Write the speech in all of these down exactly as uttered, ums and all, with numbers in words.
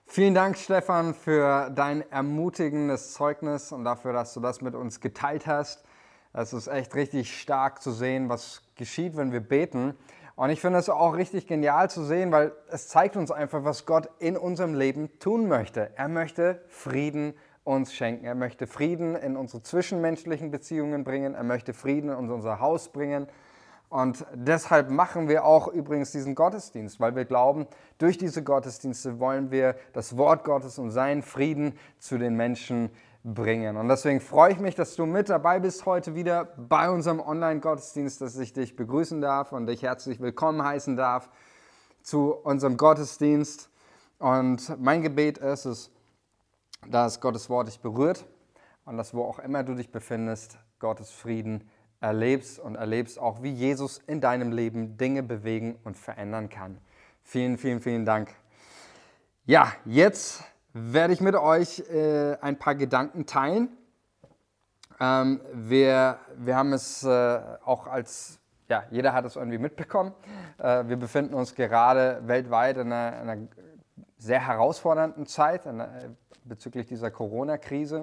Vielen Dank, Stefan, für dein ermutigendes Zeugnis und dafür, dass du das mit uns geteilt hast. Es ist echt richtig stark zu sehen, was geschieht, wenn wir beten. Und ich finde es auch richtig genial zu sehen, weil es zeigt uns einfach, was Gott in unserem Leben tun möchte. Er möchte Frieden uns schenken. Er möchte Frieden in unsere zwischenmenschlichen Beziehungen bringen. Er möchte Frieden in unser Haus bringen. Und deshalb machen wir auch übrigens diesen Gottesdienst, weil wir glauben, durch diese Gottesdienste wollen wir das Wort Gottes und seinen Frieden zu den Menschen bringen. Und deswegen freue ich mich, dass du mit dabei bist heute wieder bei unserem Online-Gottesdienst, dass ich dich begrüßen darf und dich herzlich willkommen heißen darf zu unserem Gottesdienst. Und mein Gebet ist es, dass Gottes Wort dich berührt und dass wo auch immer du dich befindest, Gottes Frieden erlebst und erlebst auch, wie Jesus in deinem Leben Dinge bewegen und verändern kann. Vielen, vielen, vielen Dank. Ja, jetzt werde ich mit euch äh, ein paar Gedanken teilen. Ähm, wir, wir haben es äh, auch als, ja, jeder hat es irgendwie mitbekommen. Äh, wir befinden uns gerade weltweit in einer, einer sehr herausfordernden Zeit in einer, bezüglich dieser Corona-Krise.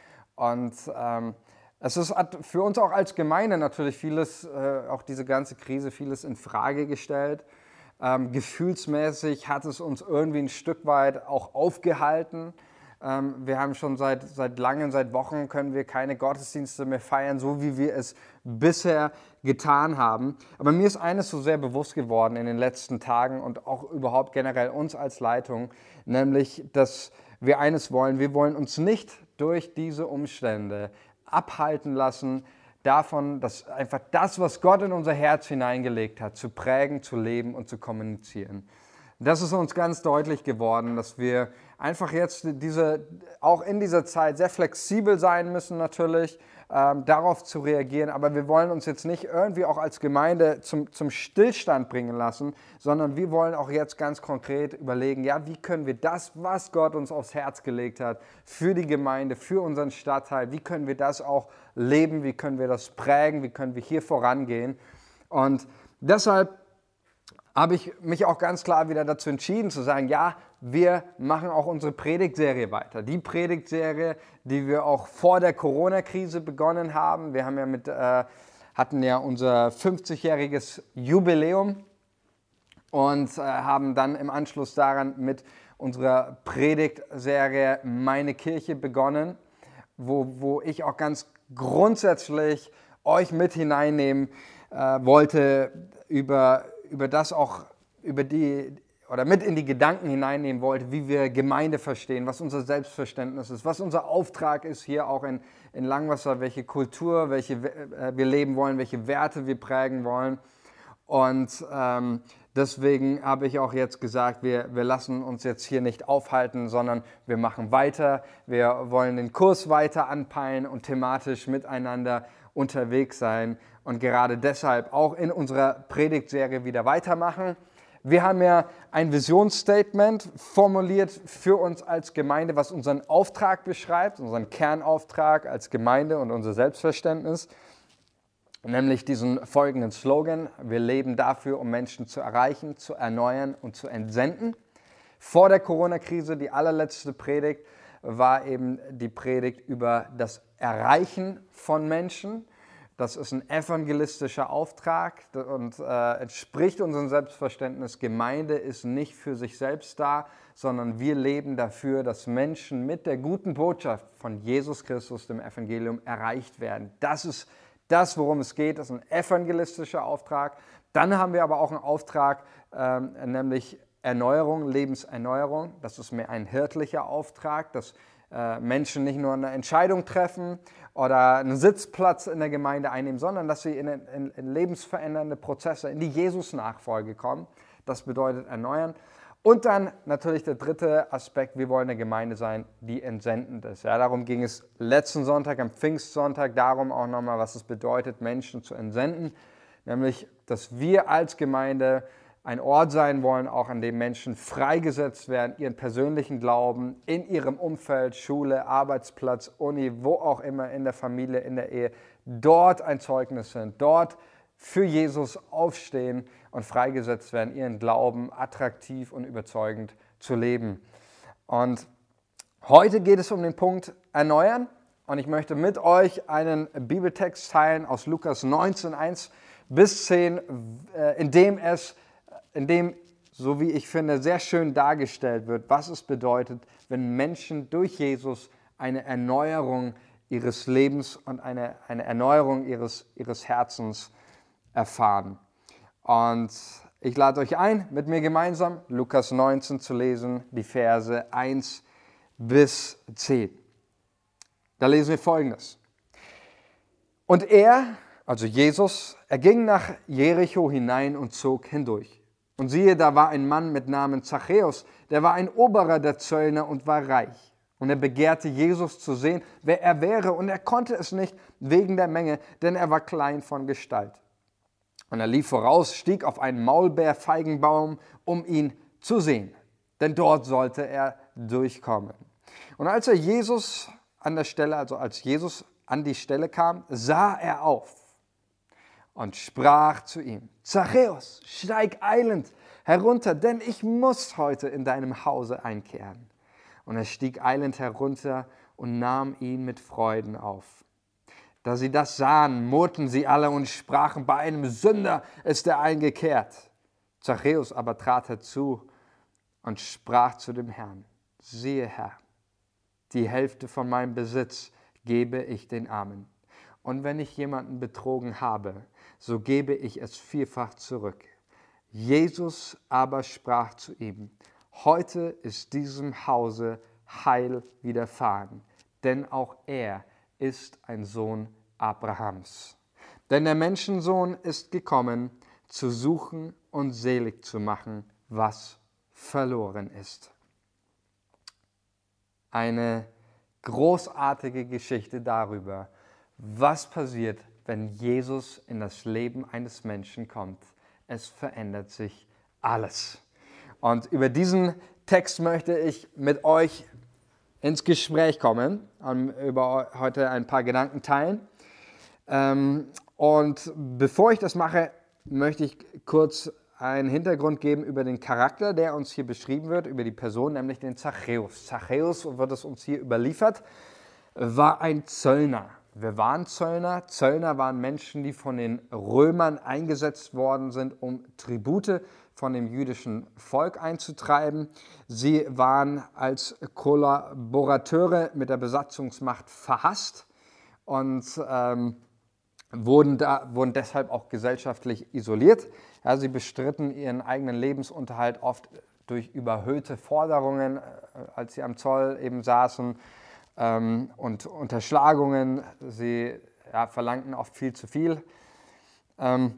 Und ähm, Es ist für uns auch als Gemeinde natürlich vieles, äh, auch diese ganze Krise, vieles in Frage gestellt. Ähm, gefühlsmäßig hat es uns irgendwie ein Stück weit auch aufgehalten. Ähm, wir haben schon seit, seit langem, seit Wochen können wir keine Gottesdienste mehr feiern, so wie wir es bisher getan haben. Aber mir ist eines so sehr bewusst geworden in den letzten Tagen und auch überhaupt generell uns als Leitung, nämlich, dass wir eines wollen, wir wollen uns nicht durch diese Umstände abhalten lassen davon, dass einfach das, was Gott in unser Herz hineingelegt hat, zu prägen, zu leben und zu kommunizieren. Das ist uns ganz deutlich geworden, dass wir einfach jetzt diese, auch in dieser Zeit sehr flexibel sein müssen natürlich, ähm, darauf zu reagieren. Aber wir wollen uns jetzt nicht irgendwie auch als Gemeinde zum, zum Stillstand bringen lassen, sondern wir wollen auch jetzt ganz konkret überlegen, ja, wie können wir das, was Gott uns aufs Herz gelegt hat, für die Gemeinde, für unseren Stadtteil, wie können wir das auch leben, wie können wir das prägen, wie können wir hier vorangehen. Und deshalb habe ich mich auch ganz klar wieder dazu entschieden zu sagen, ja, wir machen auch unsere Predigtserie weiter. Die Predigtserie, die wir auch vor der Corona-Krise begonnen haben. Wir haben ja mit, äh, hatten ja unser fünfzigjähriges Jubiläum und äh, haben dann im Anschluss daran mit unserer Predigtserie Meine Kirche begonnen, wo, wo ich auch ganz grundsätzlich euch mit hineinnehmen äh, wollte über über das auch, über die, oder mit in die Gedanken hineinnehmen wollte, wie wir Gemeinde verstehen, was unser Selbstverständnis ist, was unser Auftrag ist hier auch in, in Langwasser, welche Kultur, welche äh, wir leben wollen, welche Werte wir prägen wollen. Und ähm, deswegen habe ich auch jetzt gesagt, wir, wir lassen uns jetzt hier nicht aufhalten, sondern wir machen weiter. Wir wollen den Kurs weiter anpeilen und thematisch miteinander unterwegs sein und gerade deshalb auch in unserer Predigtserie wieder weitermachen. Wir haben ja ein Visionsstatement formuliert für uns als Gemeinde, was unseren Auftrag beschreibt, unseren Kernauftrag als Gemeinde und unser Selbstverständnis, nämlich diesen folgenden Slogan: Wir leben dafür, um Menschen zu erreichen, zu erneuern und zu entsenden. Vor der Corona-Krise, die allerletzte Predigt, war eben die Predigt über das Erreichen von Menschen. Das ist ein evangelistischer Auftrag und äh, entspricht unserem Selbstverständnis. Gemeinde ist nicht für sich selbst da, sondern wir leben dafür, dass Menschen mit der guten Botschaft von Jesus Christus, dem Evangelium, erreicht werden. Das ist das, worum es geht. Das ist ein evangelistischer Auftrag. Dann haben wir aber auch einen Auftrag, ähm, nämlich Erneuerung, Lebenserneuerung. Das ist mehr ein hirtlicher Auftrag, dass äh, Menschen nicht nur eine Entscheidung treffen oder einen Sitzplatz in der Gemeinde einnehmen, sondern dass sie in, in, in lebensverändernde Prozesse, in die Jesus-Nachfolge kommen. Das bedeutet erneuern. Und dann natürlich der dritte Aspekt, wir wollen eine Gemeinde sein, die entsendend ist. Ja, darum ging es letzten Sonntag, am Pfingstsonntag, darum auch nochmal, was es bedeutet, Menschen zu entsenden. Nämlich, dass wir als Gemeinde ein Ort sein wollen, auch an dem Menschen freigesetzt werden, ihren persönlichen Glauben in ihrem Umfeld, Schule, Arbeitsplatz, Uni, wo auch immer, in der Familie, in der Ehe, dort ein Zeugnis sind, dort für Jesus aufstehen und freigesetzt werden, ihren Glauben attraktiv und überzeugend zu leben. Und heute geht es um den Punkt Erneuern. Und ich möchte mit euch einen Bibeltext teilen aus Lukas neunzehn, eins bis zehn, in dem es, in dem, so wie ich finde, sehr schön dargestellt wird, was es bedeutet, wenn Menschen durch Jesus eine Erneuerung ihres Lebens und eine, eine Erneuerung ihres, ihres Herzens erfahren. Und ich lade euch ein, mit mir gemeinsam Lukas neunzehn zu lesen, die Verse eins bis zehn. Da lesen wir Folgendes. Und er, also Jesus, er ging nach Jericho hinein und zog hindurch. Und siehe, da war ein Mann mit Namen Zachäus, der war ein Oberer der Zöllner und war reich. Und er begehrte Jesus zu sehen, wer er wäre, und er konnte es nicht wegen der Menge, denn er war klein von Gestalt. Und er lief voraus, stieg auf einen Maulbeerfeigenbaum, um ihn zu sehen, denn dort sollte er durchkommen. Und als er Jesus an der Stelle, also als Jesus an die Stelle kam, sah er auf und sprach zu ihm: Zachäus, steig eilend herunter, denn ich muss heute in deinem Hause einkehren. Und er stieg eilend herunter und nahm ihn mit Freuden auf. Da sie das sahen, murrten sie alle und sprachen: Bei einem Sünder ist er eingekehrt. Zachäus aber trat herzu und sprach zu dem Herrn: Siehe, Herr, die Hälfte von meinem Besitz gebe ich den Armen. Und wenn ich jemanden betrogen habe, so gebe ich es vierfach zurück. Jesus aber sprach zu ihm: Heute ist diesem Hause Heil widerfahren, denn auch er ist ein Sohn Abrahams. Denn der Menschensohn ist gekommen, zu suchen und selig zu machen, was verloren ist. Eine großartige Geschichte darüber, was passiert, wenn Jesus in das Leben eines Menschen kommt. Es verändert sich alles. Und über diesen Text möchte ich mit euch ins Gespräch kommen und über heute ein paar Gedanken teilen. Und bevor ich das mache, möchte ich kurz einen Hintergrund geben über den Charakter, der uns hier beschrieben wird, über die Person, nämlich den Zachäus. Zachäus, wird es uns hier überliefert, war ein Zöllner. Wer waren Zöllner? Zöllner waren Menschen, die von den Römern eingesetzt worden sind, um Tribute von dem jüdischen Volk einzutreiben. Sie waren als Kollaborateure mit der Besatzungsmacht verhasst und ähm, wurden, da, wurden deshalb auch gesellschaftlich isoliert. Ja, sie bestritten ihren eigenen Lebensunterhalt oft durch überhöhte Forderungen, als sie am Zoll eben saßen, ähm, und Unterschlagungen. Sie ja, verlangten oft viel zu viel. Ähm,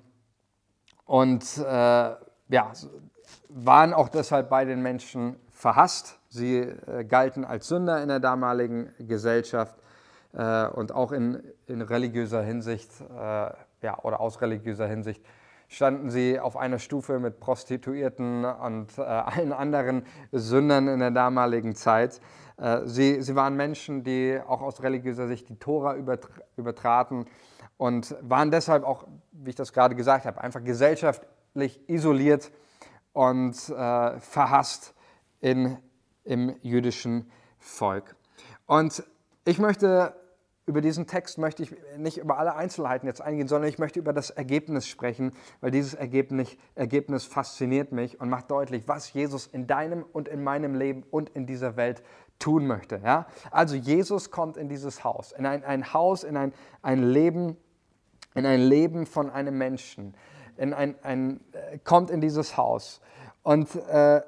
und äh, ja, waren auch deshalb bei den Menschen verhasst. Sie äh, galten als Sünder in der damaligen Gesellschaft äh, und auch in, in religiöser Hinsicht, äh, ja, oder aus religiöser Hinsicht, standen sie auf einer Stufe mit Prostituierten und äh, allen anderen Sündern in der damaligen Zeit. Äh, sie, sie waren Menschen, die auch aus religiöser Sicht die Tora übertraten und waren deshalb auch, wie ich das gerade gesagt habe, einfach gesellschaftlich isoliert und äh, verhasst in, im jüdischen Volk. Und ich möchte Über diesen Text möchte ich nicht über alle Einzelheiten jetzt eingehen, sondern ich möchte über das Ergebnis sprechen, weil dieses Ergebnis, Ergebnis fasziniert mich und macht deutlich, was Jesus in deinem und in meinem Leben und in dieser Welt tun möchte. Ja? Also Jesus kommt in dieses Haus, in ein, ein Haus, in ein, ein Leben, in ein Leben von einem Menschen, in ein, ein, kommt in dieses Haus und äh,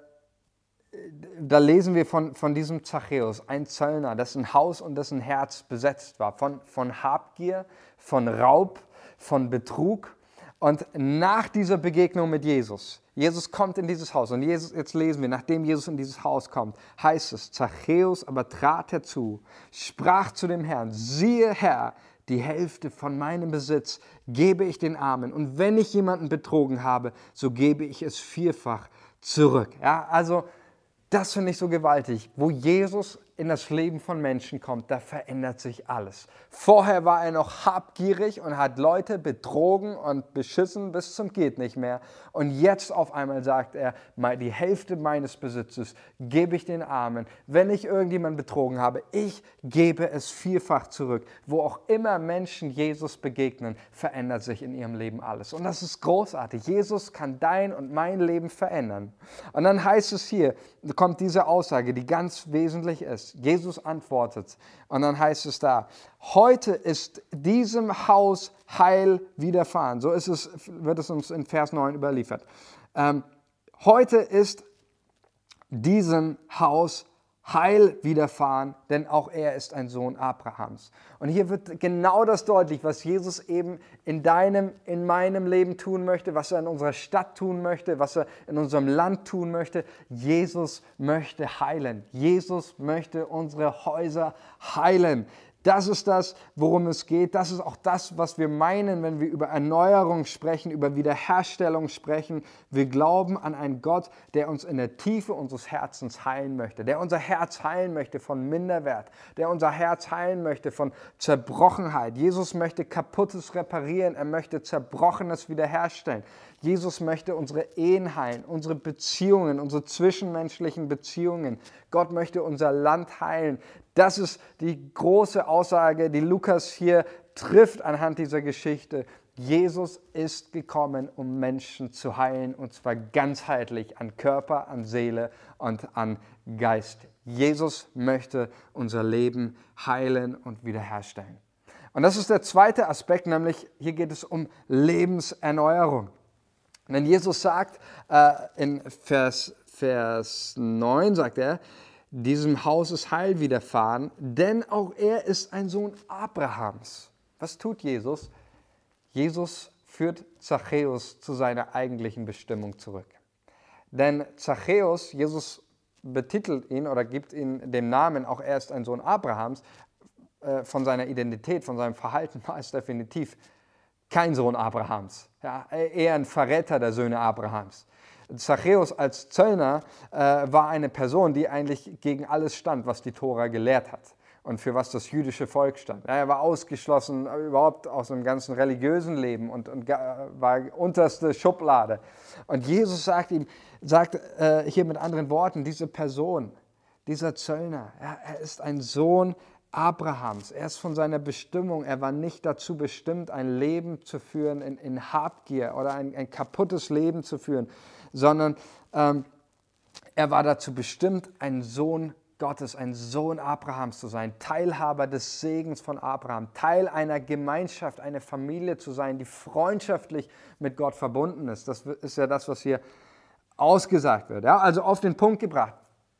da lesen wir von, von diesem Zachäus, ein Zöllner, dessen Haus und dessen Herz besetzt war, von, von Habgier, von Raub, von Betrug. Und nach dieser Begegnung mit Jesus, Jesus kommt in dieses Haus und Jesus, jetzt lesen wir, nachdem Jesus in dieses Haus kommt, heißt es, Zachäus aber trat herzu, sprach zu dem Herrn: Siehe, Herr, die Hälfte von meinem Besitz gebe ich den Armen, und wenn ich jemanden betrogen habe, so gebe ich es vierfach zurück. Ja, also das finde ich so gewaltig, wo Jesus in das Leben von Menschen kommt, da verändert sich alles. Vorher war er noch habgierig und hat Leute betrogen und beschissen bis zum geht nicht mehr. Und jetzt auf einmal sagt er, die Hälfte meines Besitzes gebe ich den Armen. Wenn ich irgendjemanden betrogen habe, ich gebe es vielfach zurück. Wo auch immer Menschen Jesus begegnen, verändert sich in ihrem Leben alles. Und das ist großartig. Jesus kann dein und mein Leben verändern. Und dann heißt es hier, kommt diese Aussage, die ganz wesentlich ist. Jesus antwortet und dann heißt es da, heute ist diesem Haus Heil widerfahren. So ist es, wird es uns in Vers neun überliefert. Ähm, heute ist diesem Haus Heil widerfahren, denn auch er ist ein Sohn Abrahams. Und hier wird genau das deutlich, was Jesus eben in deinem, in meinem Leben tun möchte, was er in unserer Stadt tun möchte, was er in unserem Land tun möchte. Jesus möchte heilen. Jesus möchte unsere Häuser heilen. Das ist das, worum es geht. Das ist auch das, was wir meinen, wenn wir über Erneuerung sprechen, über Wiederherstellung sprechen. Wir glauben an einen Gott, der uns in der Tiefe unseres Herzens heilen möchte, der unser Herz heilen möchte von Minderwert, der unser Herz heilen möchte von Zerbrochenheit. Jesus möchte Kaputtes reparieren, er möchte Zerbrochenes wiederherstellen. Jesus möchte unsere Ehen heilen, unsere Beziehungen, unsere zwischenmenschlichen Beziehungen. Gott möchte unser Land heilen. Das ist die große Aussage, die Lukas hier trifft anhand dieser Geschichte. Jesus ist gekommen, um Menschen zu heilen, und zwar ganzheitlich an Körper, an Seele und an Geist. Jesus möchte unser Leben heilen und wiederherstellen. Und das ist der zweite Aspekt, nämlich hier geht es um Lebenserneuerung. Wenn Jesus sagt, äh, in Vers, Vers neun sagt er, diesem Haus ist Heil widerfahren, denn auch er ist ein Sohn Abrahams. Was tut Jesus? Jesus führt Zachäus zu seiner eigentlichen Bestimmung zurück. Denn Zachäus, Jesus betitelt ihn oder gibt ihm den Namen, auch er ist ein Sohn Abrahams, äh, von seiner Identität, von seinem Verhalten war es definitiv kein Sohn Abrahams, ja, eher ein Verräter der Söhne Abrahams. Zachäus als Zöllner äh, war eine Person, die eigentlich gegen alles stand, was die Tora gelehrt hat und für was das jüdische Volk stand. Ja, er war ausgeschlossen überhaupt aus dem ganzen religiösen Leben und, und war unterste Schublade. Und Jesus sagt ihm, sagt äh, hier mit anderen Worten, diese Person, dieser Zöllner, ja, er ist ein Sohn Abrahams. Er ist von seiner Bestimmung, er war nicht dazu bestimmt, ein Leben zu führen in, in Habgier oder ein, ein kaputtes Leben zu führen, sondern ähm, er war dazu bestimmt, ein Sohn Gottes, ein Sohn Abrahams zu sein, Teilhaber des Segens von Abraham, Teil einer Gemeinschaft, einer Familie zu sein, die freundschaftlich mit Gott verbunden ist. Das ist ja das, was hier ausgesagt wird. Ja? Also auf den Punkt gebracht,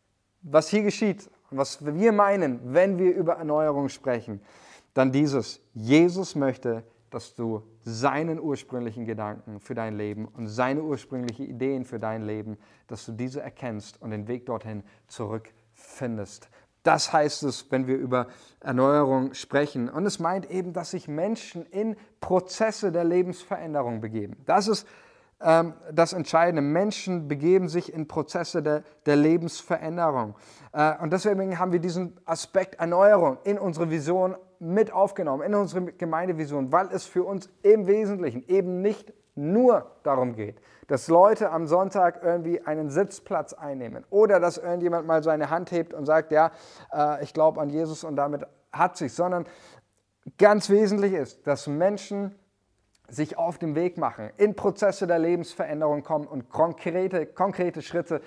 was hier geschieht und was wir meinen, wenn wir über Erneuerung sprechen, dann dieses: Jesus möchte, dass du seinen ursprünglichen Gedanken für dein Leben und seine ursprünglichen Ideen für dein Leben, dass du diese erkennst und den Weg dorthin zurückfindest. Das heißt es, wenn wir über Erneuerung sprechen. Und es meint eben, dass sich Menschen in Prozesse der Lebensveränderung begeben. Das ist ähm, das Entscheidende. Menschen begeben sich in Prozesse der, der Lebensveränderung. Äh, und deswegen haben wir diesen Aspekt Erneuerung in unsere Vision mit aufgenommen, in unsere Gemeindevision, weil es für uns im Wesentlichen eben nicht nur darum geht, dass Leute am Sonntag irgendwie einen Sitzplatz einnehmen oder dass irgendjemand mal seine Hand hebt und sagt, ja, äh, ich glaube an Jesus und damit hat sich, sondern ganz wesentlich ist, dass Menschen sich auf den Weg machen, in Prozesse der Lebensveränderung kommen und konkrete, konkrete Schritte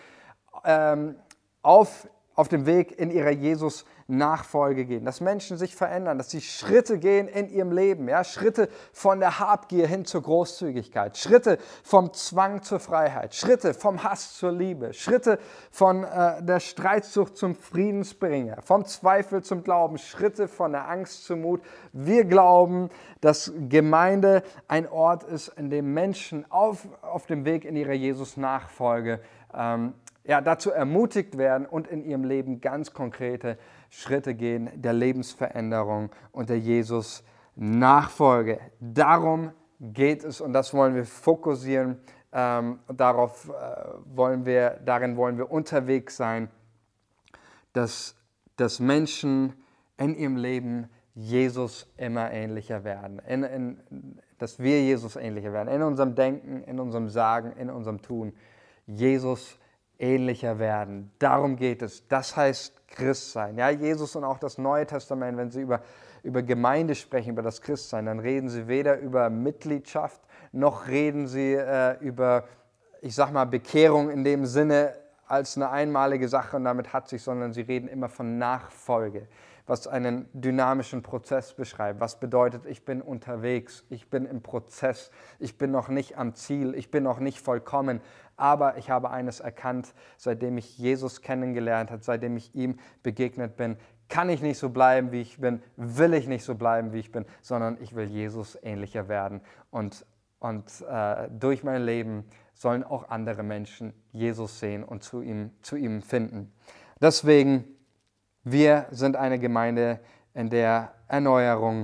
ähm, auf, auf dem Weg in ihrer Jesus-Nachfolge gehen. Dass Menschen sich verändern, dass sie Schritte gehen in ihrem Leben, ja? Schritte von der Habgier hin zur Großzügigkeit, Schritte vom Zwang zur Freiheit, Schritte vom Hass zur Liebe, Schritte von äh, der Streitsucht zum Friedensbringer, vom Zweifel zum Glauben, Schritte von der Angst zum Mut. Wir glauben, dass Gemeinde ein Ort ist, in dem Menschen auf, auf dem Weg in ihrer Jesus-Nachfolge ähm, ja, dazu ermutigt werden und in ihrem Leben ganz konkrete Schritte gehen der Lebensveränderung und der Jesus-Nachfolge. Darum geht es und das wollen wir fokussieren. Ähm, darauf äh, wollen wir, darin wollen wir unterwegs sein, dass dass Menschen in ihrem Leben Jesus immer ähnlicher werden, in, in, dass wir Jesus ähnlicher werden, in unserem Denken, in unserem Sagen, in unserem Tun, Jesus ähnlicher werden. Darum geht es. Das heißt Christsein. Ja, Jesus und auch das Neue Testament, wenn sie über, über Gemeinde sprechen, über das Christsein, dann reden sie weder über Mitgliedschaft, noch reden sie äh, über, ich sag mal, Bekehrung in dem Sinne als eine einmalige Sache und damit hat sich, sondern sie reden immer von Nachfolge, was einen dynamischen Prozess beschreibt. Was bedeutet, ich bin unterwegs, ich bin im Prozess, ich bin noch nicht am Ziel, ich bin noch nicht vollkommen, aber ich habe eines erkannt, seitdem ich Jesus kennengelernt habe, seitdem ich ihm begegnet bin, kann ich nicht so bleiben, wie ich bin, will ich nicht so bleiben, wie ich bin, sondern ich will Jesus ähnlicher werden und, und äh, durch mein Leben sollen auch andere Menschen Jesus sehen und zu ihm, zu ihm finden. Deswegen, wir sind eine Gemeinde, in der Erneuerung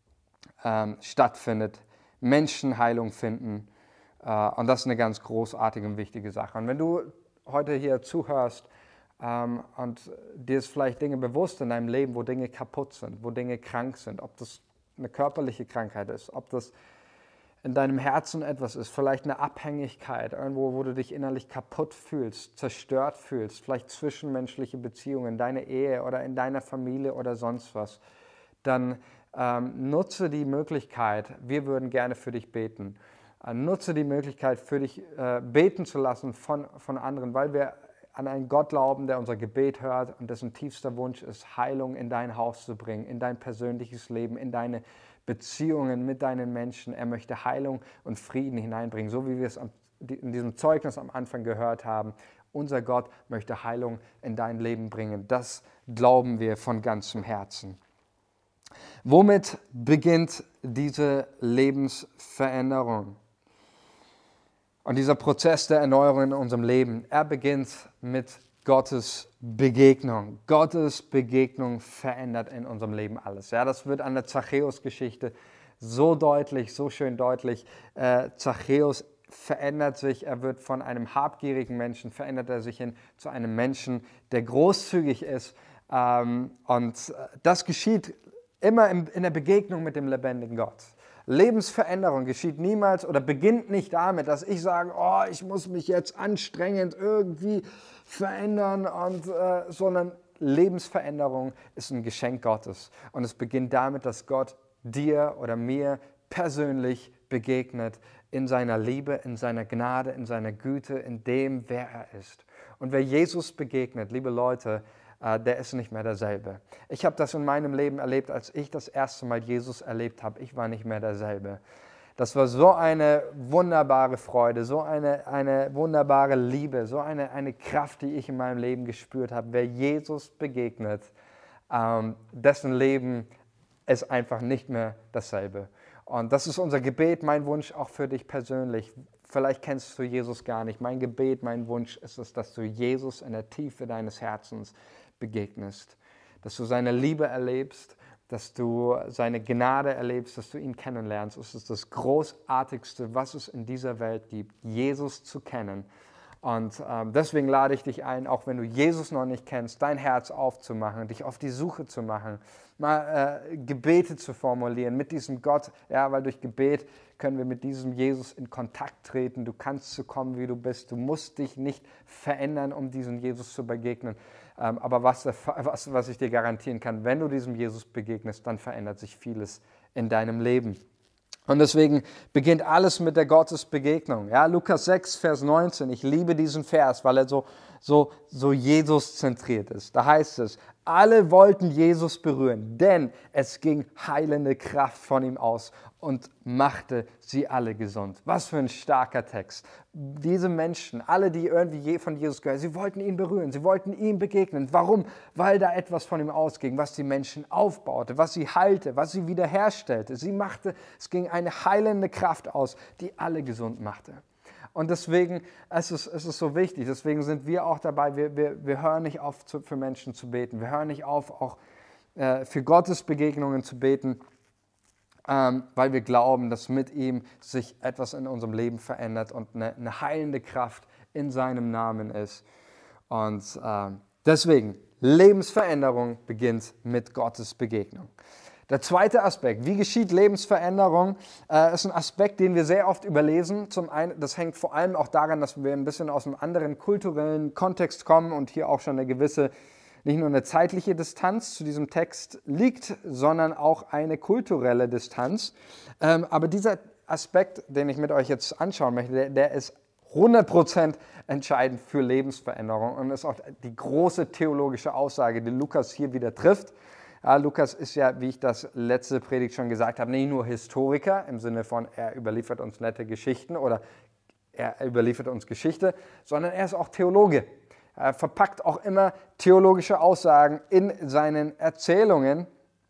ähm, stattfindet, Menschen Heilung finden äh, und das ist eine ganz großartige und wichtige Sache. Und wenn du heute hier zuhörst ähm, und dir ist vielleicht Dinge bewusst in deinem Leben, wo Dinge kaputt sind, wo Dinge krank sind, ob das eine körperliche Krankheit ist, ob das in deinem Herzen etwas ist, vielleicht eine Abhängigkeit, irgendwo, wo du dich innerlich kaputt fühlst, zerstört fühlst, vielleicht zwischenmenschliche Beziehungen, deine Ehe oder in deiner Familie oder sonst was, dann ähm, nutze die Möglichkeit, wir würden gerne für dich beten, äh, nutze die Möglichkeit, für dich äh, beten zu lassen von, von anderen, weil wir an einen Gott glauben, der unser Gebet hört und dessen tiefster Wunsch ist, Heilung in dein Haus zu bringen, in dein persönliches Leben, in deine Beziehungen mit deinen Menschen. Er möchte Heilung und Frieden hineinbringen, so wie wir es in diesem Zeugnis am Anfang gehört haben. Unser Gott möchte Heilung in dein Leben bringen. Das glauben wir von ganzem Herzen. Womit beginnt diese Lebensveränderung? Und dieser Prozess der Erneuerung in unserem Leben, er beginnt mit Gottes Begegnung. Gottes Begegnung verändert in unserem Leben alles. Ja, das wird an der Zachäus-Geschichte so deutlich, so schön deutlich. Äh, Zachäus verändert sich, er wird von einem habgierigen Menschen, verändert er sich hin zu einem Menschen, der großzügig ist. Ähm, und das geschieht immer in, in der Begegnung mit dem lebendigen Gott. Lebensveränderung geschieht niemals oder beginnt nicht damit, dass ich sage, oh, ich muss mich jetzt anstrengend irgendwie verändern, und, äh, sondern Lebensveränderung ist ein Geschenk Gottes. Und es beginnt damit, dass Gott dir oder mir persönlich begegnet in seiner Liebe, in seiner Gnade, in seiner Güte, in dem, wer er ist. Und wer Jesus begegnet, liebe Leute, der ist nicht mehr derselbe. Ich habe das in meinem Leben erlebt, als ich das erste Mal Jesus erlebt habe. Ich war nicht mehr derselbe. Das war so eine wunderbare Freude, so eine, eine wunderbare Liebe, so eine, eine Kraft, die ich in meinem Leben gespürt habe. Wer Jesus begegnet, ähm, dessen Leben ist einfach nicht mehr dasselbe. Und das ist unser Gebet, mein Wunsch auch für dich persönlich. Vielleicht kennst du Jesus gar nicht. Mein Gebet, mein Wunsch ist es, dass du Jesus in der Tiefe deines Herzens begegnest, dass du seine Liebe erlebst, dass du seine Gnade erlebst, dass du ihn kennenlernst. Es ist das Großartigste, was es in dieser Welt gibt, Jesus zu kennen. Und ähm, deswegen lade ich dich ein, auch wenn du Jesus noch nicht kennst, dein Herz aufzumachen, dich auf die Suche zu machen, mal äh, Gebete zu formulieren mit diesem Gott, ja, weil durch Gebet können wir mit diesem Jesus in Kontakt treten. Du kannst so kommen, wie du bist. Du musst dich nicht verändern, um diesem Jesus zu begegnen. Ähm, aber was, was, was ich dir garantieren kann, wenn du diesem Jesus begegnest, dann verändert sich vieles in deinem Leben. Und deswegen beginnt alles mit der Gottesbegegnung. Ja, Lukas sechs, Vers neunzehn. Ich liebe diesen Vers, weil er so, so, so Jesus-zentriert ist. Da heißt es, alle wollten Jesus berühren, denn es ging heilende Kraft von ihm aus und machte sie alle gesund. Was für ein starker Text. Diese Menschen, alle, die irgendwie von Jesus gehört, sie wollten ihn berühren, sie wollten ihm begegnen. Warum? Weil da etwas von ihm ausging, was die Menschen aufbaute, was sie heilte, was sie wiederherstellte. Sie machte, es ging eine heilende Kraft aus, die alle gesund machte. Und deswegen es ist es ist so wichtig, deswegen sind wir auch dabei, wir, wir, wir hören nicht auf, zu, für Menschen zu beten. Wir hören nicht auf, auch äh, für Gottes Begegnungen zu beten, ähm, weil wir glauben, dass mit ihm sich etwas in unserem Leben verändert und eine, eine heilende Kraft in seinem Namen ist. Und äh, deswegen, Lebensveränderung beginnt mit Gottes Begegnung. Der zweite Aspekt, wie geschieht Lebensveränderung, äh, ist ein Aspekt, den wir sehr oft überlesen. Zum einen, das hängt vor allem auch daran, dass wir ein bisschen aus einem anderen kulturellen Kontext kommen und hier auch schon eine gewisse, nicht nur eine zeitliche Distanz zu diesem Text liegt, sondern auch eine kulturelle Distanz. Ähm, aber dieser Aspekt, den ich mit euch jetzt anschauen möchte, der, der ist hundert Prozent entscheidend für Lebensveränderung und ist auch die große theologische Aussage, die Lukas hier wieder trifft. Ja, Lukas ist ja, wie ich das letzte Predigt schon gesagt habe, nicht nur Historiker im Sinne von, er überliefert uns nette Geschichten oder er überliefert uns Geschichte, sondern er ist auch Theologe. Er verpackt auch immer theologische Aussagen in seinen Erzählungen.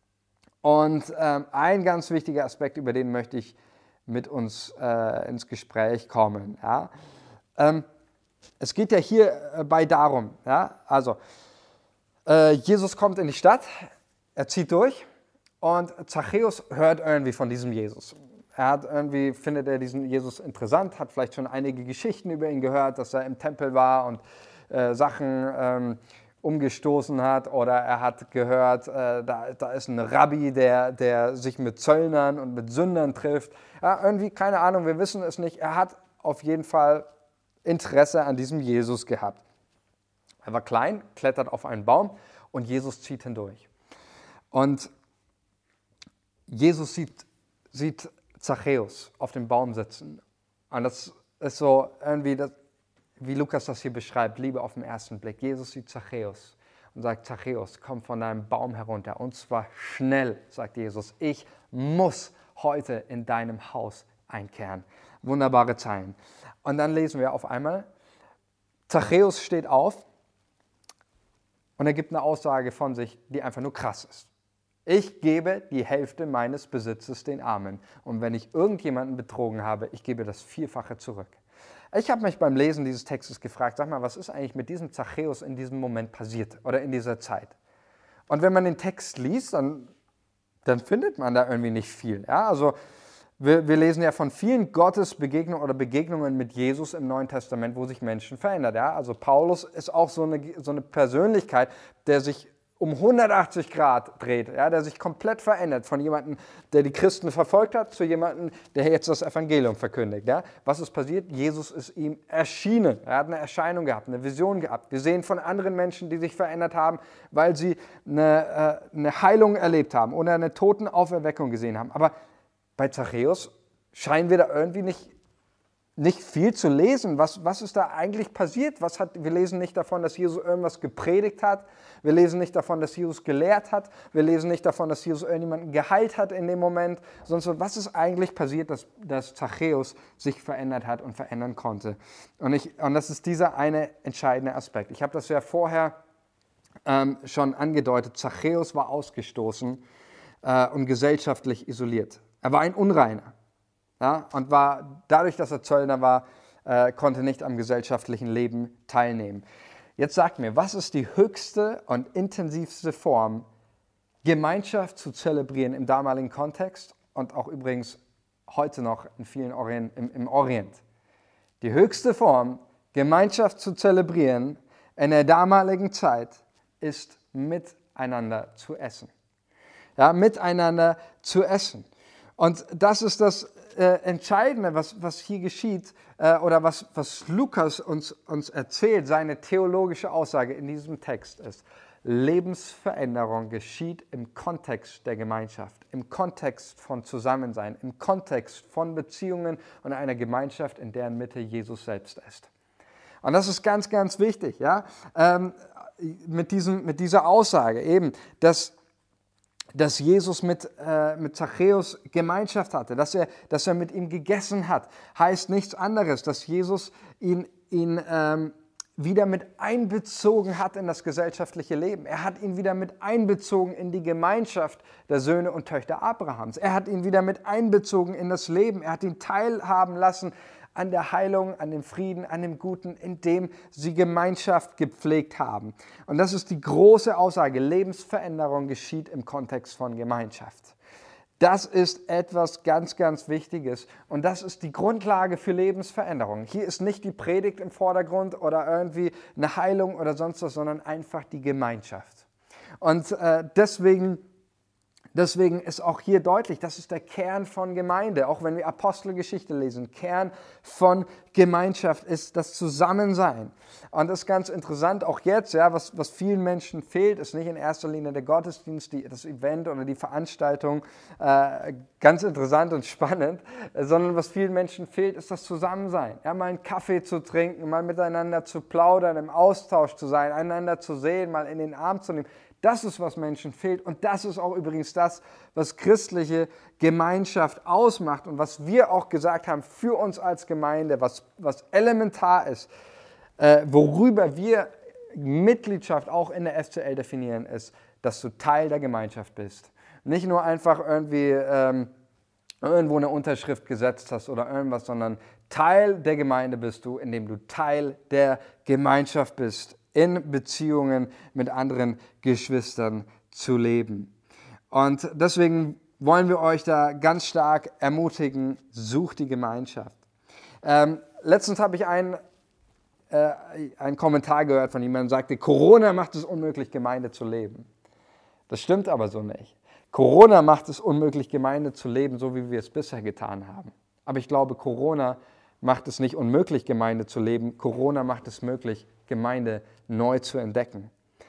Und ähm, ein ganz wichtiger Aspekt, über den möchte ich mit uns äh, ins Gespräch kommen. Ja? Ähm, es geht ja hierbei darum, ja? also äh, Jesus kommt in die Stadt, er zieht durch und Zachäus hört irgendwie von diesem Jesus. Er hat irgendwie, findet er diesen Jesus interessant, hat vielleicht schon einige Geschichten über ihn gehört, dass er im Tempel war und äh, Sachen ähm, umgestoßen hat, oder er hat gehört, äh, da, da ist ein Rabbi, der, der sich mit Zöllnern und mit Sündern trifft. Ja, irgendwie, keine Ahnung, wir wissen es nicht. Er hat auf jeden Fall Interesse an diesem Jesus gehabt. Er war klein, klettert auf einen Baum und Jesus zieht hindurch. Und Jesus sieht, sieht Zachäus auf dem Baum sitzen. Und das ist so irgendwie, das, wie Lukas das hier beschreibt, Liebe auf den ersten Blick. Jesus sieht Zachäus und sagt, Zachäus, komm von deinem Baum herunter. Und zwar schnell, sagt Jesus, ich muss heute in deinem Haus einkehren. Wunderbare Zeilen. Und dann lesen wir auf einmal, Zachäus steht auf und er gibt eine Aussage von sich, die einfach nur krass ist. Ich gebe die Hälfte meines Besitzes den Armen. Und wenn ich irgendjemanden betrogen habe, ich gebe das Vierfache zurück. Ich habe mich beim Lesen dieses Textes gefragt, sag mal, was ist eigentlich mit diesem Zachäus in diesem Moment passiert oder in dieser Zeit? Und wenn man den Text liest, dann, dann findet man da irgendwie nicht viel. Ja? Also wir, wir lesen ja von vielen Gottesbegegnungen oder Begegnungen mit Jesus im Neuen Testament, wo sich Menschen verändern. Ja? Also Paulus ist auch so eine, so eine Persönlichkeit, der sich um hundertachtzig Grad dreht, ja, der sich komplett verändert von jemandem, der die Christen verfolgt hat, zu jemandem, der jetzt das Evangelium verkündigt. Ja. Was ist passiert? Jesus ist ihm erschienen. Er hat eine Erscheinung gehabt, eine Vision gehabt. Wir sehen von anderen Menschen, die sich verändert haben, weil sie eine, äh, eine Heilung erlebt haben oder eine Totenauferweckung gesehen haben. Aber bei Zachäus scheinen wir da irgendwie nicht nicht viel zu lesen. Was, was ist da eigentlich passiert? Was hat, wir lesen nicht davon, dass Jesus irgendwas gepredigt hat. Wir lesen nicht davon, dass Jesus gelehrt hat. Wir lesen nicht davon, dass Jesus irgendjemanden geheilt hat in dem Moment. Sondern was ist eigentlich passiert, dass, dass Zachäus sich verändert hat und verändern konnte? Und, ich, und das ist dieser eine entscheidende Aspekt. Ich habe das ja vorher ähm, schon angedeutet. Zachäus war ausgestoßen äh, und gesellschaftlich isoliert. Er war ein Unreiner. Ja, und war dadurch, dass er Zöllner war, äh, konnte nicht am gesellschaftlichen Leben teilnehmen. Jetzt sagt mir, was ist die höchste und intensivste Form, Gemeinschaft zu zelebrieren im damaligen Kontext und auch übrigens heute noch in vielen Orient, im, im Orient? Die höchste Form, Gemeinschaft zu zelebrieren in der damaligen Zeit, ist miteinander zu essen. Ja, miteinander zu essen. Und das ist das äh, Entscheidende, was, was hier geschieht, äh, oder was, was Lukas uns, uns erzählt, seine theologische Aussage in diesem Text ist: Lebensveränderung geschieht im Kontext der Gemeinschaft, im Kontext von Zusammensein, im Kontext von Beziehungen und einer Gemeinschaft, in deren Mitte Jesus selbst ist. Und das ist ganz, ganz wichtig, ja? ähm, mit, diesem, mit dieser Aussage eben, dass dass Jesus mit, äh, mit Zachäus Gemeinschaft hatte, dass er, dass er mit ihm gegessen hat, heißt nichts anderes, dass Jesus ihn, ihn ähm, wieder mit einbezogen hat in das gesellschaftliche Leben. Er hat ihn wieder mit einbezogen in die Gemeinschaft der Söhne und Töchter Abrahams. Er hat ihn wieder mit einbezogen in das Leben. Er hat ihn teilhaben lassen an der Heilung, an dem Frieden, an dem Guten, in dem sie Gemeinschaft gepflegt haben. Und das ist die große Aussage. Lebensveränderung geschieht im Kontext von Gemeinschaft. Das ist etwas ganz, ganz Wichtiges und das ist die Grundlage für Lebensveränderung. Hier ist nicht die Predigt im Vordergrund oder irgendwie eine Heilung oder sonst was, sondern einfach die Gemeinschaft. Und äh, deswegen, deswegen ist auch hier deutlich, das ist der Kern von Gemeinde. Auch wenn wir Apostelgeschichte lesen, Kern von Gemeinschaft ist das Zusammensein. Und das ist ganz interessant, auch jetzt, ja, was, was vielen Menschen fehlt, ist nicht in erster Linie der Gottesdienst, die, das Event oder die Veranstaltung, äh, ganz interessant und spannend, äh, sondern was vielen Menschen fehlt, ist das Zusammensein. Ja, mal einen Kaffee zu trinken, mal miteinander zu plaudern, im Austausch zu sein, einander zu sehen, mal in den Arm zu nehmen. Das ist, was Menschen fehlt und das ist auch übrigens das, was christliche Gemeinschaft ausmacht und was wir auch gesagt haben für uns als Gemeinde, was, was elementar ist, äh, worüber wir Mitgliedschaft auch in der F C L definieren, ist, dass du Teil der Gemeinschaft bist. Nicht nur einfach irgendwie ähm, irgendwo eine Unterschrift gesetzt hast oder irgendwas, sondern Teil der Gemeinde bist du, indem du Teil der Gemeinschaft bist, in Beziehungen mit anderen Geschwistern zu leben. Und deswegen wollen wir euch da ganz stark ermutigen, sucht die Gemeinschaft. Ähm, letztens habe ich einen, äh, einen Kommentar gehört von jemandem, der sagte, Corona macht es unmöglich, Gemeinde zu leben. Das stimmt aber so nicht. Corona macht es unmöglich, Gemeinde zu leben, so wie wir es bisher getan haben. Aber ich glaube, Corona macht es nicht unmöglich, Gemeinde zu leben. Corona macht es möglich, Gemeinde neu zu entdecken.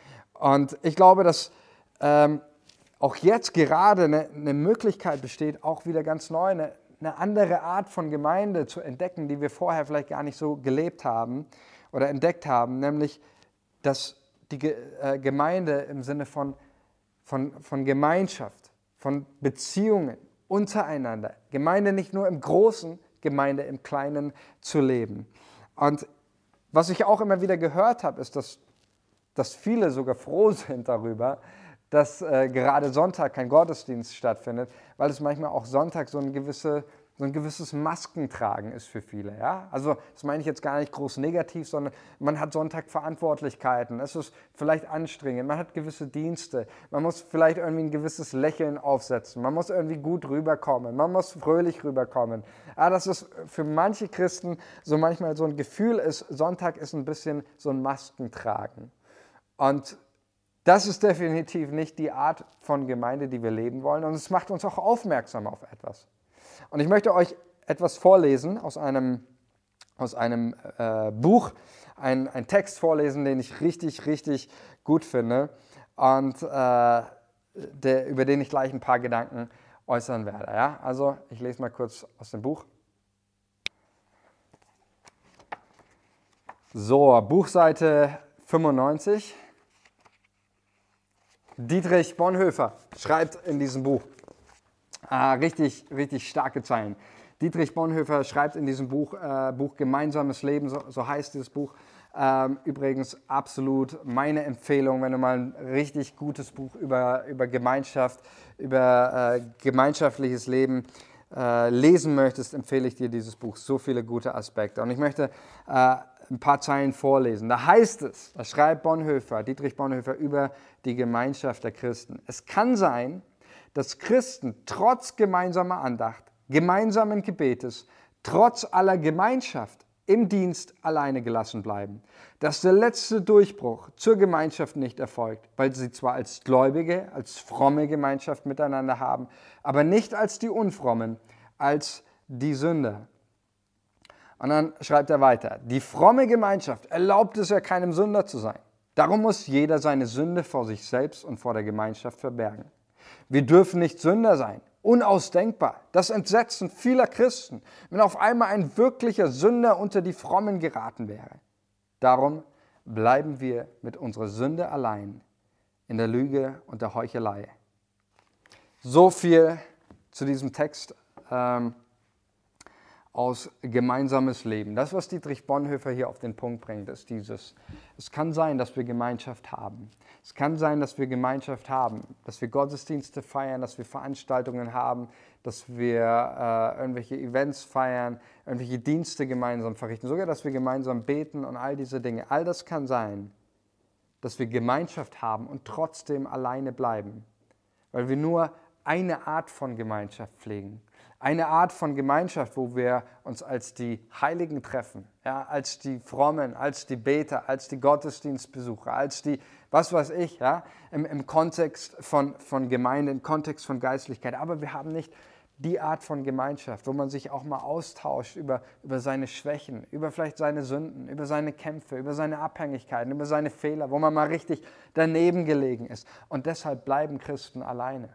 Und ich glaube, dass ähm, auch jetzt gerade eine, eine Möglichkeit besteht, auch wieder ganz neu eine, eine andere Art von Gemeinde zu entdecken, die wir vorher vielleicht gar nicht so gelebt haben oder entdeckt haben, nämlich dass die Ge äh, Gemeinde im Sinne von, von, von Gemeinschaft, von Beziehungen untereinander, Gemeinde nicht nur im Großen, Gemeinde im Kleinen zu leben. Und was ich auch immer wieder gehört habe, ist, dass, dass viele sogar froh sind darüber, dass äh, gerade Sonntag kein Gottesdienst stattfindet, weil es manchmal auch Sonntag so, ein gewisse, so ein gewisses Maskentragen ist für viele. Ja? Also das meine ich jetzt gar nicht groß negativ, sondern man hat Sonntag Verantwortlichkeiten, es ist vielleicht anstrengend, man hat gewisse Dienste, man muss vielleicht irgendwie ein gewisses Lächeln aufsetzen, man muss irgendwie gut rüberkommen, man muss fröhlich rüberkommen. Ja, dass es für manche Christen so manchmal so ein Gefühl ist, Sonntag ist ein bisschen so ein Maskentragen. Und das ist definitiv nicht die Art von Gemeinde, die wir leben wollen. Und es macht uns auch aufmerksam auf etwas. Und ich möchte euch etwas vorlesen aus einem, aus einem äh, Buch, ein, ein Text vorlesen, den ich richtig, richtig gut finde und äh, der, über den ich gleich ein paar Gedanken äußern werde. Ja? Also ich lese mal kurz aus dem Buch. So, Buchseite fünfundneunzig. Dietrich Bonhoeffer schreibt in diesem Buch, ah, richtig, richtig starke Zeilen. Dietrich Bonhoeffer schreibt in diesem Buch, äh, Buch Gemeinsames Leben, so, so heißt dieses Buch. Ähm, übrigens absolut meine Empfehlung, wenn du mal ein richtig gutes Buch über, über Gemeinschaft, über äh, gemeinschaftliches Leben äh, lesen möchtest, empfehle ich dir dieses Buch. So viele gute Aspekte. Und ich möchte äh, ein paar Zeilen vorlesen. Da heißt es, da schreibt Bonhoeffer, Dietrich Bonhoeffer über die Gemeinschaft der Christen. Es kann sein, dass Christen trotz gemeinsamer Andacht, gemeinsamen Gebetes, trotz aller Gemeinschaft im Dienst alleine gelassen bleiben. Dass der letzte Durchbruch zur Gemeinschaft nicht erfolgt, weil sie zwar als Gläubige, als fromme Gemeinschaft miteinander haben, aber nicht als die Unfrommen, als die Sünder. Und dann schreibt er weiter, die fromme Gemeinschaft erlaubt es ja keinem Sünder zu sein. Darum muss jeder seine Sünde vor sich selbst und vor der Gemeinschaft verbergen. Wir dürfen nicht Sünder sein. Unausdenkbar. Das Entsetzen vieler Christen, wenn auf einmal ein wirklicher Sünder unter die Frommen geraten wäre. Darum bleiben wir mit unserer Sünde allein in der Lüge und der Heuchelei. So viel zu diesem Text ähm, aus gemeinsames Leben. Das, was Dietrich Bonhoeffer hier auf den Punkt bringt, ist dieses: Es kann sein, dass wir Gemeinschaft haben. Es kann sein, dass wir Gemeinschaft haben, dass wir Gottesdienste feiern, dass wir Veranstaltungen haben, dass wir äh, irgendwelche Events feiern, irgendwelche Dienste gemeinsam verrichten, sogar, dass wir gemeinsam beten und all diese Dinge. All das kann sein, dass wir Gemeinschaft haben und trotzdem alleine bleiben, weil wir nur eine Art von Gemeinschaft pflegen. Eine Art von Gemeinschaft, wo wir uns als die Heiligen treffen, ja, als die Frommen, als die Beter, als die Gottesdienstbesucher, als die, was weiß ich, ja, im, im Kontext von, von Gemeinde, im Kontext von Geistlichkeit. Aber wir haben nicht die Art von Gemeinschaft, wo man sich auch mal austauscht über, über seine Schwächen, über vielleicht seine Sünden, über seine Kämpfe, über seine Abhängigkeiten, über seine Fehler, wo man mal richtig daneben gelegen ist. Und deshalb bleiben Christen alleine.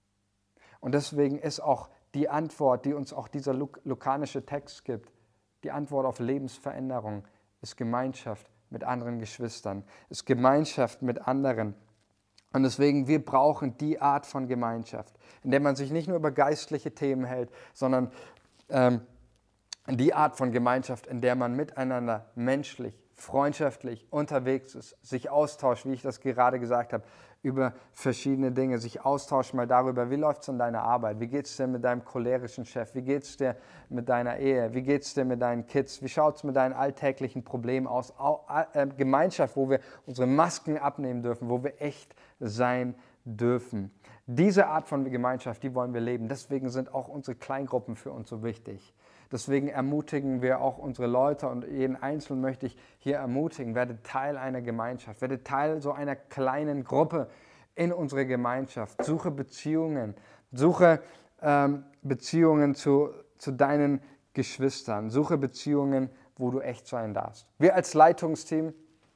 Und deswegen ist auch die Antwort, die uns auch dieser lukanische Text gibt, die Antwort auf Lebensveränderung, ist Gemeinschaft mit anderen Geschwistern, ist Gemeinschaft mit anderen. Und deswegen, wir brauchen die Art von Gemeinschaft, in der man sich nicht nur über geistliche Themen hält, sondern ähm, die Art von Gemeinschaft, in der man miteinander menschlich, freundschaftlich unterwegs ist, sich austauscht, wie ich das gerade gesagt habe, über verschiedene Dinge, sich austauscht mal darüber, wie läuft es in deiner Arbeit, wie geht es dir mit deinem cholerischen Chef, wie geht es dir mit deiner Ehe, wie geht es dir mit deinen Kids, wie schaut es mit deinen alltäglichen Problemen aus, Gemeinschaft, wo wir unsere Masken abnehmen dürfen, wo wir echt sein dürfen. Diese Art von Gemeinschaft, die wollen wir leben, deswegen sind auch unsere Kleingruppen für uns so wichtig. Deswegen ermutigen wir auch unsere Leute und jeden Einzelnen möchte ich hier ermutigen, werde Teil einer Gemeinschaft, werde Teil so einer kleinen Gruppe in unserer Gemeinschaft. Suche Beziehungen, suche ähm, Beziehungen zu, zu deinen Geschwistern, suche Beziehungen, wo du echt sein darfst. Wir als Leitungsteam,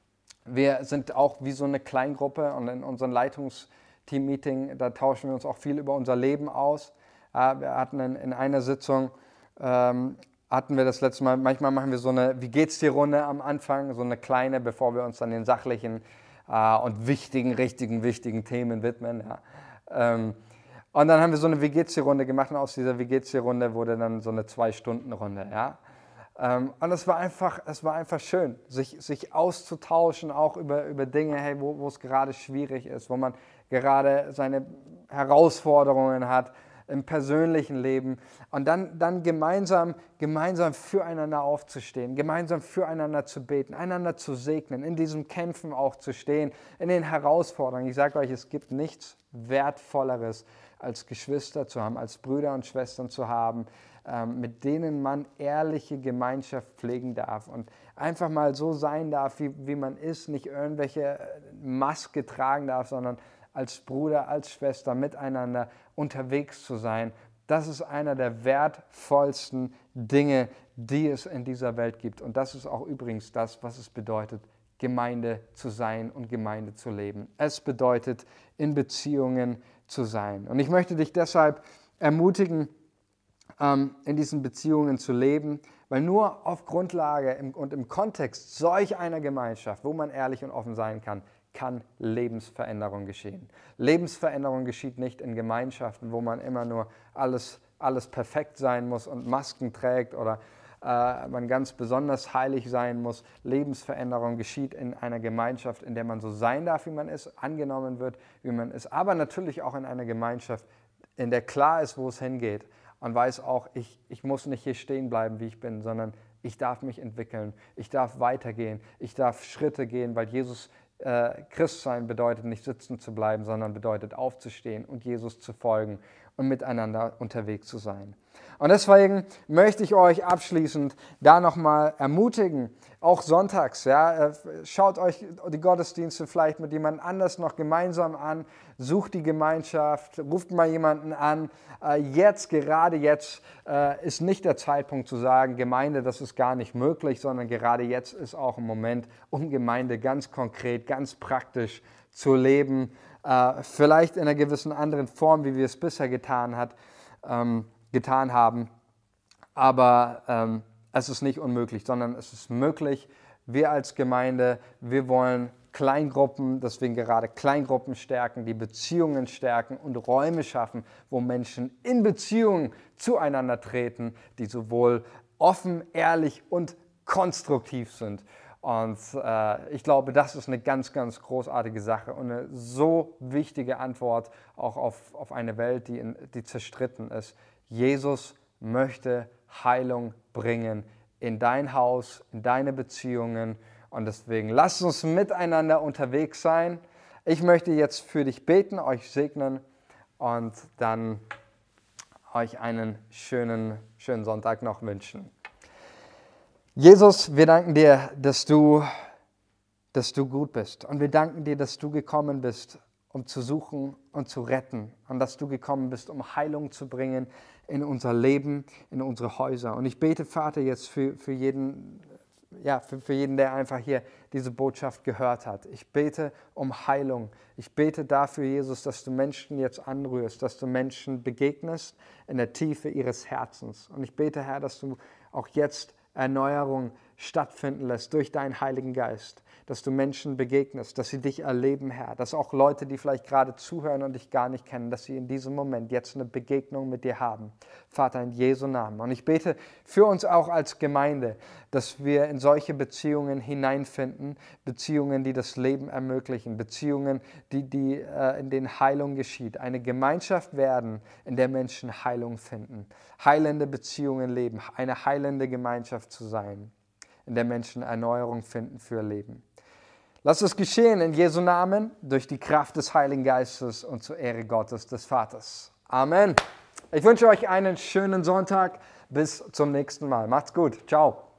wir sind auch wie so eine Kleingruppe und in unserem Leitungsteam-Meeting, da tauschen wir uns auch viel über unser Leben aus. Äh, wir hatten in, in einer Sitzung, Ähm, hatten wir das letzte Mal, manchmal machen wir so eine Wie geht's dir Runde am Anfang, so eine kleine, bevor wir uns dann den sachlichen äh, und wichtigen, richtigen, wichtigen Themen widmen. Ja. Ähm, und dann haben wir so eine Wie geht's dir Runde gemacht und aus dieser Wie geht's dir Runde wurde dann so eine Zwei-Stunden-Runde. Ja. Ähm, und es war einfach, es war einfach schön, sich, sich auszutauschen, auch über, über Dinge, hey, wo, wo es gerade schwierig ist, wo man gerade seine Herausforderungen hat im persönlichen Leben und dann, dann gemeinsam, gemeinsam füreinander aufzustehen, gemeinsam füreinander zu beten, einander zu segnen, in diesem Kämpfen auch zu stehen, in den Herausforderungen. Ich sage euch, es gibt nichts Wertvolleres, als Geschwister zu haben, als Brüder und Schwestern zu haben, ähm, mit denen man ehrliche Gemeinschaft pflegen darf und einfach mal so sein darf, wie, wie man ist, nicht irgendwelche Maske tragen darf, sondern als Bruder, als Schwester miteinander unterwegs zu sein. Das ist einer der wertvollsten Dinge, die es in dieser Welt gibt. Und das ist auch übrigens das, was es bedeutet, Gemeinde zu sein und Gemeinde zu leben. Es bedeutet, in Beziehungen zu sein. Und ich möchte dich deshalb ermutigen, in diesen Beziehungen zu leben, weil nur auf Grundlage und im Kontext solch einer Gemeinschaft, wo man ehrlich und offen sein kann, kann Lebensveränderung geschehen. Lebensveränderung geschieht nicht in Gemeinschaften, wo man immer nur alles, alles perfekt sein muss und Masken trägt oder äh, man ganz besonders heilig sein muss. Lebensveränderung geschieht in einer Gemeinschaft, in der man so sein darf, wie man ist, angenommen wird, wie man ist, aber natürlich auch in einer Gemeinschaft, in der klar ist, wo es hingeht und weiß auch, ich, ich muss nicht hier stehen bleiben, wie ich bin, sondern ich darf mich entwickeln, ich darf weitergehen, ich darf Schritte gehen, weil Jesus Christsein bedeutet nicht sitzen zu bleiben, sondern bedeutet aufzustehen und Jesus zu folgen und miteinander unterwegs zu sein. Und deswegen möchte ich euch abschließend da nochmal ermutigen, auch sonntags, ja, schaut euch die Gottesdienste vielleicht mit jemand anders noch gemeinsam an, sucht die Gemeinschaft, ruft mal jemanden an. Jetzt, gerade jetzt, ist nicht der Zeitpunkt zu sagen, Gemeinde, das ist gar nicht möglich, sondern gerade jetzt ist auch ein Moment, um Gemeinde ganz konkret, ganz praktisch zu leben, vielleicht in einer gewissen anderen Form, wie wir es bisher getan hat, ähm, getan haben, aber ähm, es ist nicht unmöglich, sondern es ist möglich. Wir als Gemeinde, wir wollen Kleingruppen, deswegen gerade Kleingruppen stärken, die Beziehungen stärken und Räume schaffen, wo Menschen in Beziehungen zueinander treten, die sowohl offen, ehrlich und konstruktiv sind. Und äh, ich glaube, das ist eine ganz, ganz großartige Sache und eine so wichtige Antwort auch auf, auf eine Welt, die, in, die zerstritten ist. Jesus möchte Heilung bringen in dein Haus, in deine Beziehungen. Und deswegen lasst uns miteinander unterwegs sein. Ich möchte jetzt für dich beten, euch segnen und dann euch einen schönen, schönen Sonntag noch wünschen. Jesus, wir danken dir, dass du, dass du gut bist. Und wir danken dir, dass du gekommen bist, um zu suchen und zu retten. Und dass du gekommen bist, um Heilung zu bringen in unser Leben, in unsere Häuser. Und ich bete, Vater, jetzt für, für jeden, ja, für, für jeden, der einfach hier diese Botschaft gehört hat. Ich bete um Heilung. Ich bete dafür, Jesus, dass du Menschen jetzt anrührst, dass du Menschen begegnest in der Tiefe ihres Herzens. Und ich bete, Herr, dass du auch jetzt Erneuerung stattfinden lässt durch deinen Heiligen Geist, dass du Menschen begegnest, dass sie dich erleben, Herr, dass auch Leute, die vielleicht gerade zuhören und dich gar nicht kennen, dass sie in diesem Moment jetzt eine Begegnung mit dir haben. Vater, in Jesu Namen. Und ich bete für uns auch als Gemeinde, dass wir in solche Beziehungen hineinfinden, Beziehungen, die das Leben ermöglichen, Beziehungen, die, die, äh, in denen Heilung geschieht, eine Gemeinschaft werden, in der Menschen Heilung finden, heilende Beziehungen leben, eine heilende Gemeinschaft zu sein, in der Menschen Erneuerung finden für Leben. Lass es geschehen in Jesu Namen, durch die Kraft des Heiligen Geistes und zur Ehre Gottes des Vaters. Amen. Ich wünsche euch einen schönen Sonntag. Bis zum nächsten Mal. Macht's gut. Ciao.